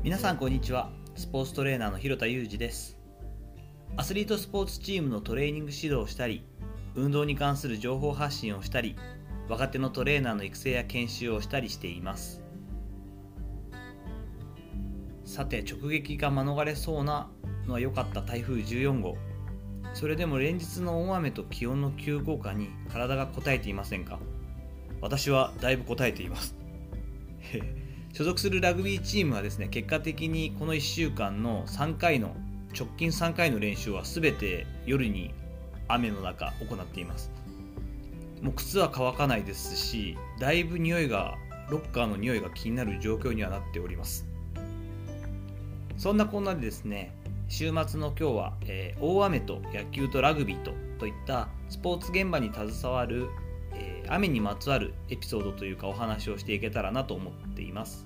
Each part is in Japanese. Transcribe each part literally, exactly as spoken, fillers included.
皆さんこんにちは。スポーツトレーナーの広田裕二です。アスリートスポーツチームのトレーニング指導をしたり、運動に関する情報発信をしたり、若手のトレーナーの育成や研修をしたりしています。さて、直撃が免れそうなのは良かった台風じゅうよん号。それでも連日の大雨と気温の急降下に体が応えていませんか？私はだいぶ応えています。所属するラグビーチームはですね、結果的にこのいっしゅうかんのさんかいの直近さんかいの練習は全て夜に雨の中行っています。もう靴は乾かないですし、だいぶ匂いがロッカーの匂いが気になる状況にはなっております。そんなこんなでですね、週末の今日は、えー、大雨と野球とラグビーとといったスポーツ現場に携わるえー、雨にまつわるエピソードというかお話をしていけたらなと思っています。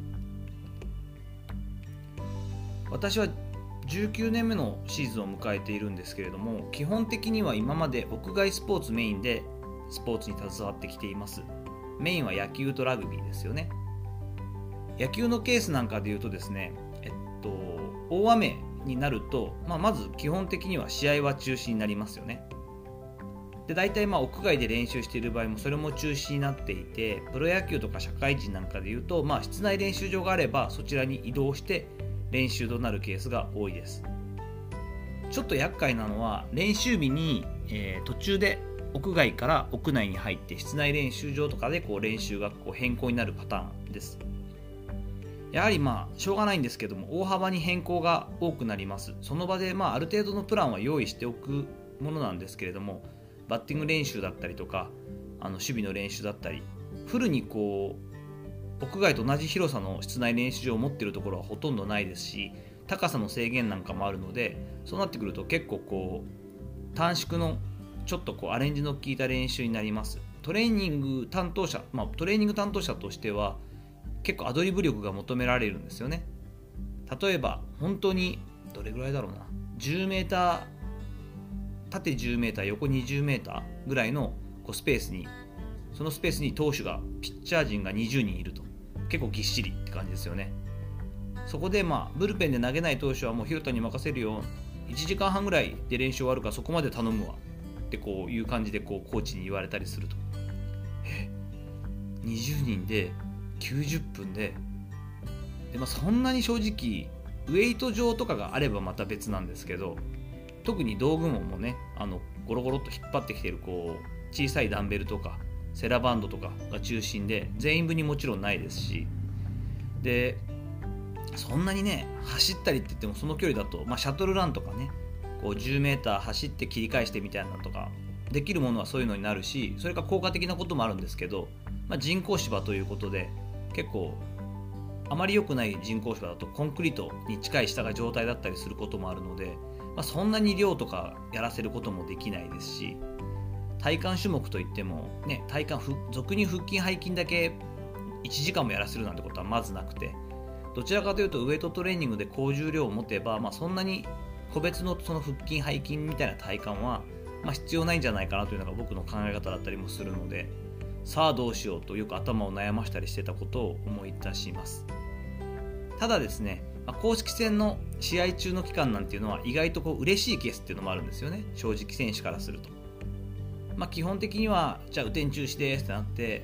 私はじゅうきゅうねんめのシーズンを迎えているんですけれども、基本的には今まで屋外スポーツメインでスポーツに携わってきています。メインは野球とラグビーですよね。野球のケースなんかで言うとですね、えっと大雨になると、まあ、まず基本的には試合は中止になりますよね。で大体まあ屋外で練習している場合もそれも中止になっていて、プロ野球とか社会人なんかでいうと、まあ、室内練習場があればそちらに移動して練習となるケースが多いです。ちょっと厄介なのは練習日に、えー、途中で屋外から屋内に入って室内練習場とかでこう練習がこう変更になるパターンです。やはりまあしょうがないんですけども、大幅に変更が多くなります。その場でまあある程度のプランは用意しておくものなんですけれども、バッティング練習だったりとかあの守備の練習だったり、フルにこう屋外と同じ広さの室内練習場を持っているところはほとんどないですし、高さの制限なんかもあるので、そうなってくると結構こう短縮のちょっとこうアレンジの効いた練習になります。トレーニング担当者、まあ、トレーニング担当者としては結構アドリブ力が求められるんですよね。例えば本当にどれぐらいだろうな、じゅうメーター縦じゅうメーター横にじゅうメーターぐらいのこうスペースに、そのスペースに投手がピッチャー陣がにじゅうにんいると、結構ぎっしりって感じですよね。そこでまあブルペンで投げない投手はもう広田に任せるよ、いちじかんはんぐらいで練習終わるからそこまで頼むわってこういう感じでこうコーチに言われたりすると、えにじゅうにんできゅうじゅっぷんでで、まあ、そんなに正直ウェイト場とかがあればまた別なんですけど、特に道具ももね、あのゴロゴロっと引っ張ってきてるこう小さいダンベルとかセラバンドとかが中心で、全員分にもちろんないですし、でそんなにね走ったりって言ってもその距離だと、まあ、シャトルランとかね、こうじゅうメーター走って切り返してみたいなのとかできるものはそういうのになるし、それが効果的なこともあるんですけど、まあ、人工芝ということで結構あまり良くない人工芝だとコンクリートに近い下が状態だったりすることもあるので、まあ、そんなに量とかやらせることもできないですし、体幹種目といっても、ね、体幹俗に腹筋背筋だけいちじかんもやらせるなんてことはまずなくて、どちらかというとウエイトトレーニングで高重量を持てば、まあ、そんなに個別のその腹筋背筋みたいな体幹は、まあ、必要ないんじゃないかなというのが僕の考え方だったりもするので、さあどうしようとよく頭を悩ましたりしてたことを思い出します。ただですね、公式戦の試合中の期間なんていうのは意外とこう嬉しいケースっていうのもあるんですよね、正直選手からすると。まあ、基本的にはじゃあ雨天中止ですってなって、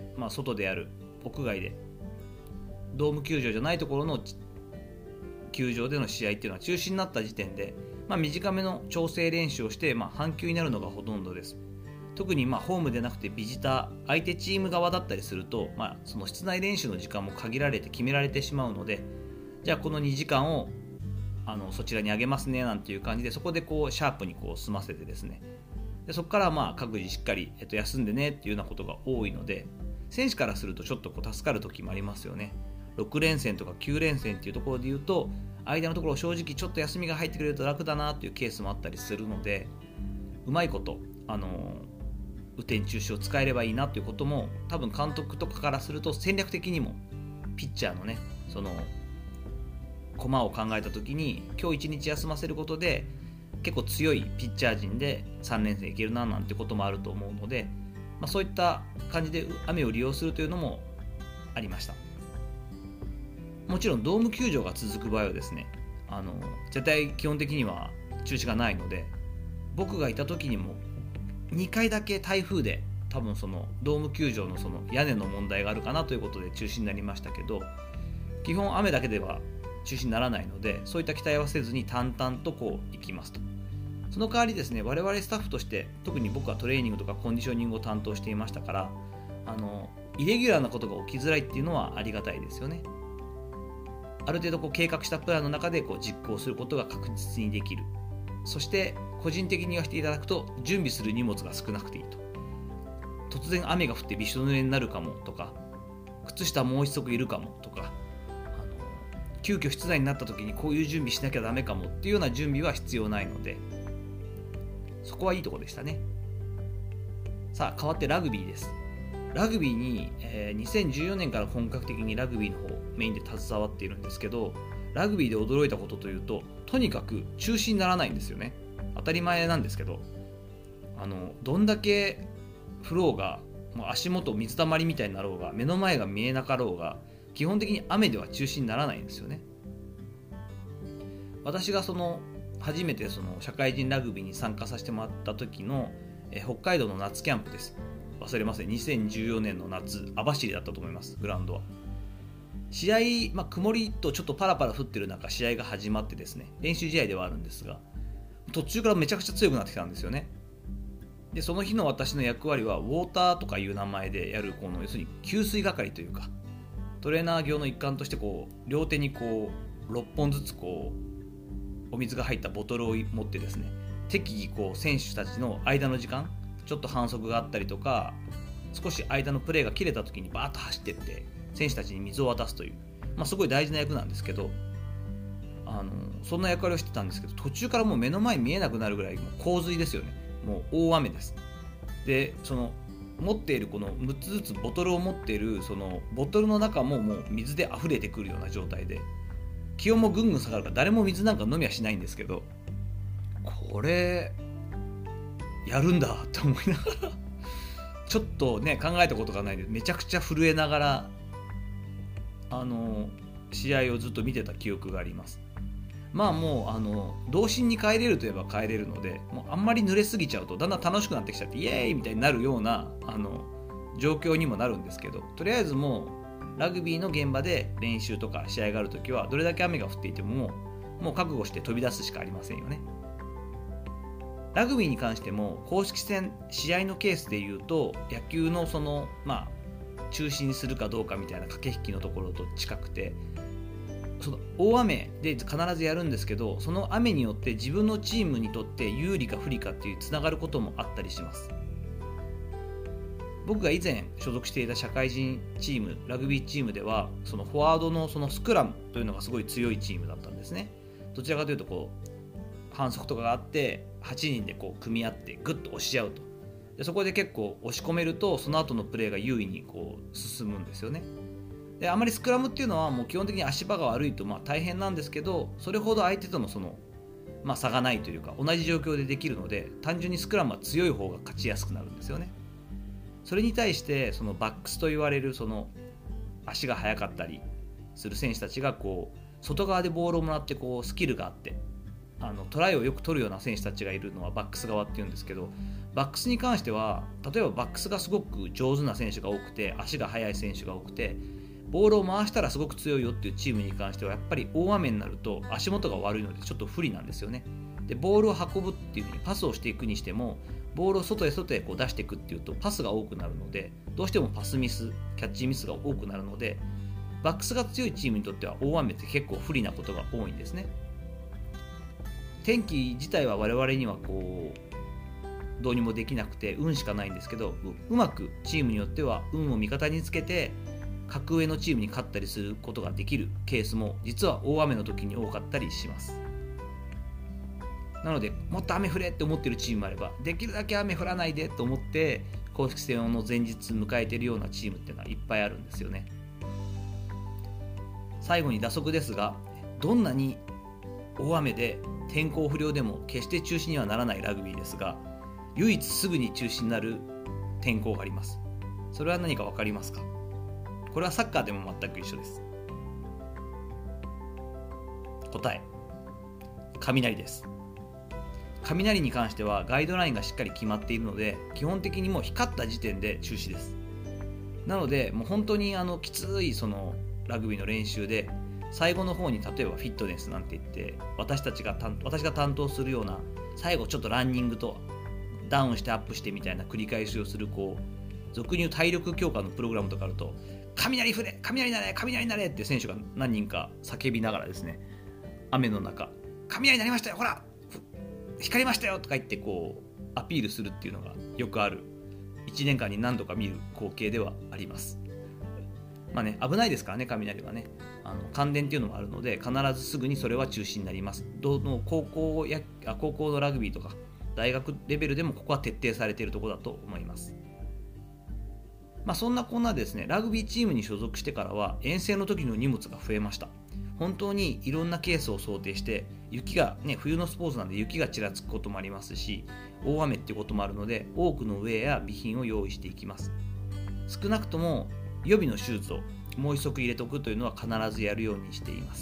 まあ、外でやる屋外でドーム球場じゃないところの球場での試合っていうのは中止になった時点で、まあ、短めの調整練習をして、まあ、半休になるのがほとんどです。特にまあホームでなくてビジター相手チーム側だったりすると、まあ、その室内練習の時間も限られて決められてしまうので、じゃあこのにじかんをあのそちらにあげますねなんていう感じで、そこでこうシャープにこう済ませてですね、でそこからまあ各自しっかり、えっと、休んでねっていうようなことが多いので、選手からするとちょっとこう助かる時もありますよね。ろく連戦とかきゅう連戦っていうところで言うと、間のところ正直ちょっと休みが入ってくれると楽だなっていうケースもあったりするので、うまいことあの雨天中止を使えればいいなということも、多分監督とかからすると戦略的にもピッチャーのね、その駒を考えた時に今日一日休ませることで結構強いピッチャー陣でさん連戦いけるななんてこともあると思うので、まあ、そういった感じで雨を利用するというのもありました。 もちろんドーム球場が続く場合はですね、あの絶対基本的には中止がないので、僕がいた時にもにかいだけ台風で多分そのドーム球場のその屋根の問題があるかなということで中止になりましたけど、基本雨だけでは中止にならないので、そういった期待はせずに淡々とこう行きますと。その代わりですね、我々スタッフとして、特に僕はトレーニングとかコンディショニングを担当していましたから、あのイレギュラーなことが起きづらいっていうのはありがたいですよね。ある程度こう計画したプランの中でこう実行することが確実にできる。そして個人的に言わせていただくと、準備する荷物が少なくていいと。突然雨が降ってびしょ濡れになるかもとか、靴下もう一足いるかもとか、あの急遽室内になった時にこういう準備しなきゃダメかもっていうような準備は必要ないので、そこはいいところでしたね。さあ変わってラグビーです。ラグビーに、えー、にせんじゅうよねんから本格的にラグビーの方メインで携わっているんですけど、ラグビーで驚いたことというと、とにかく中止にならないんですよね。当たり前なんですけど、あのどんだけフローがもう足元水たまりみたいになろうが、目の前が見えなかろうが、基本的に雨では中止にならないんですよね。私がその初めてその社会人ラグビーに参加させてもらった時の、えー、北海道の夏キャンプです。忘れません、にせんじゅうよねんの夏、網走だったと思います。グラウンドは試合、まあ、曇りとちょっとパラパラ降ってる中、試合が始まってですね、練習試合ではあるんですが、途中からめちゃくちゃ強くなってきたんですよね。でその日の私の役割はウォーターとかいう名前でやる、この要するに給水係というか、トレーナー業の一環としてこう両手にこうろっぽんずつこうお水が入ったボトルを持ってですね、適宜こう選手たちの間の時間、ちょっと反則があったりとか、少し間のプレーが切れた時にバーッと走っていって選手たちに水を渡すという、まあ、すごい大事な役なんですけど、あのそんな役割をしてたんですけど、途中からもう目の前見えなくなるぐらいもう洪水ですよね。もう大雨です。でその持っているこのむっつずつボトルを持っているそのボトルの中ももう水で溢れてくるような状態で、気温もぐんぐん下がるから誰も水なんか飲みはしないんですけど、これやるんだって思いながらちょっとね考えたことがないんで、めちゃくちゃ震えながらあの試合をずっと見てた記憶があります。まあもうあの童心に帰れるといえば帰れるので、もうあんまり濡れすぎちゃうとだんだん楽しくなってきちゃってイエーイみたいになるようなあの状況にもなるんですけど、とりあえずもうラグビーの現場で練習とか試合があるときは、どれだけ雨が降っていてももう、もう覚悟して飛び出すしかありませんよね。ラグビーに関しても公式戦試合のケースでいうと、野球のそのまあ中止にするかどうかみたいな駆け引きのところと近くて、その大雨で必ずやるんですけど、その雨によって自分のチームにとって有利か不利かっていうつながることもあったりします。僕が以前所属していた社会人チーム、ラグビーチームでは、そのフォワードのそのスクラムというのがすごい強いチームだったんですね。どちらかというとこう反則とかがあってはちにんでこう組み合ってグッと押し合うと。でそこで結構押し込めると、その後のプレーが優位にこう進むんですよね。であまりスクラムっていうのはもう基本的に足場が悪いとまあ大変なんですけど、それほど相手とのその、まあ、差がないというか同じ状況でできるので、単純にスクラムは強い方が勝ちやすくなるんですよね。それに対してそのバックスと言われるその足が速かったりする選手たちがこう外側でボールをもらってこうスキルがあって、あのトライをよく取るような選手たちがいるのはバックス側っていうんですけど、バックスに関しては例えばバックスがすごく上手な選手が多くて足が速い選手が多くて、ボールを回したらすごく強いよっていうチームに関してはやっぱり大雨になると足元が悪いのでちょっと不利なんですよね。でボールを運ぶっていう風にパスをしていくにしても、ボールを外へ外へこう出していくっていうとパスが多くなるので、どうしてもパスミス、キャッチミスが多くなるので、バックスが強いチームにとっては大雨って結構不利なことが多いんですね。天気自体は我々にはこうどうにもできなくて運しかないんですけど、 う, うまくチームによっては運を味方につけて格上のチームに勝ったりすることができるケースも実は大雨の時に多かったりします。なのでもっと雨降れって思ってるチームもあれば、できるだけ雨降らないでと思って公式戦の前日迎えているようなチームっていうのはいっぱいあるんですよね。最後に打足ですが、どんなに大雨で天候不良でも決して中止にはならないラグビーですが、唯一すぐに中止になる天候があります。それは何か分かりますか？これはサッカーでも全く一緒です。 答え、雷です。雷に関してはガイドラインがしっかり決まっているので、基本的にもう光った時点で中止です。なのでもう本当にあのきついそのラグビーの練習で最後の方に例えばフィットネスなんて言って私たちが担私が担当するような最後ちょっとランニングとダウンしてアップしてみたいな繰り返しをするこう俗に言う体力強化のプログラムとかあると、雷降れ雷なれ雷なれって選手が何人か叫びながらですね、雨の中雷なりましたよほら光りましたよとか言ってこうアピールするっていうのがよくあるいちねんかんに何度か見る光景ではあります。まあね、危ないですからね、雷はね、あの感電っていうのもあるので必ずすぐにそれは中止になります。どの高校やあ高校のラグビーとか大学レベルでもここは徹底されているところだと思います。まあ、そんなこんなですね、ラグビーチームに所属してからは遠征の時の荷物が増えました。本当にいろんなケースを想定して雪がね、冬のスポーツなんで雪がちらつくこともありますし、大雨っていうこともあるので多くのウェアや備品を用意していきます。少なくとも予備のシューズをもう一足入れておくというのは必ずやるようにしています。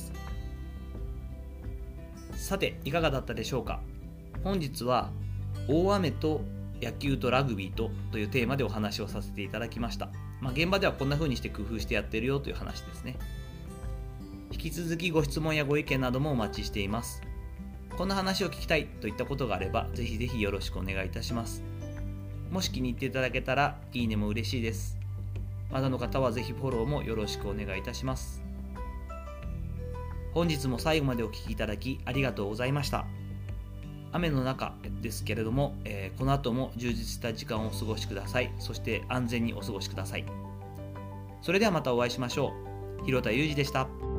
さていかがだったでしょうか。本日は大雨と野球とラグビーとというテーマでお話をさせていただきました。まあ、現場ではこんな風にして工夫してやってるよという話ですね。引き続きご質問やご意見などもお待ちしています。こんな話を聞きたいといったことがあればぜひぜひよろしくお願いいたします。もし気に入っていただけたらいいねも嬉しいです。まだの方はぜひフォローもよろしくお願いいたします。本日も最後までお聞きいただきありがとうございました。雨の中ですけれども、えー、この後も充実した時間をお過ごしください。そして安全にお過ごしください。それではまたお会いしましょう。広田裕二でした。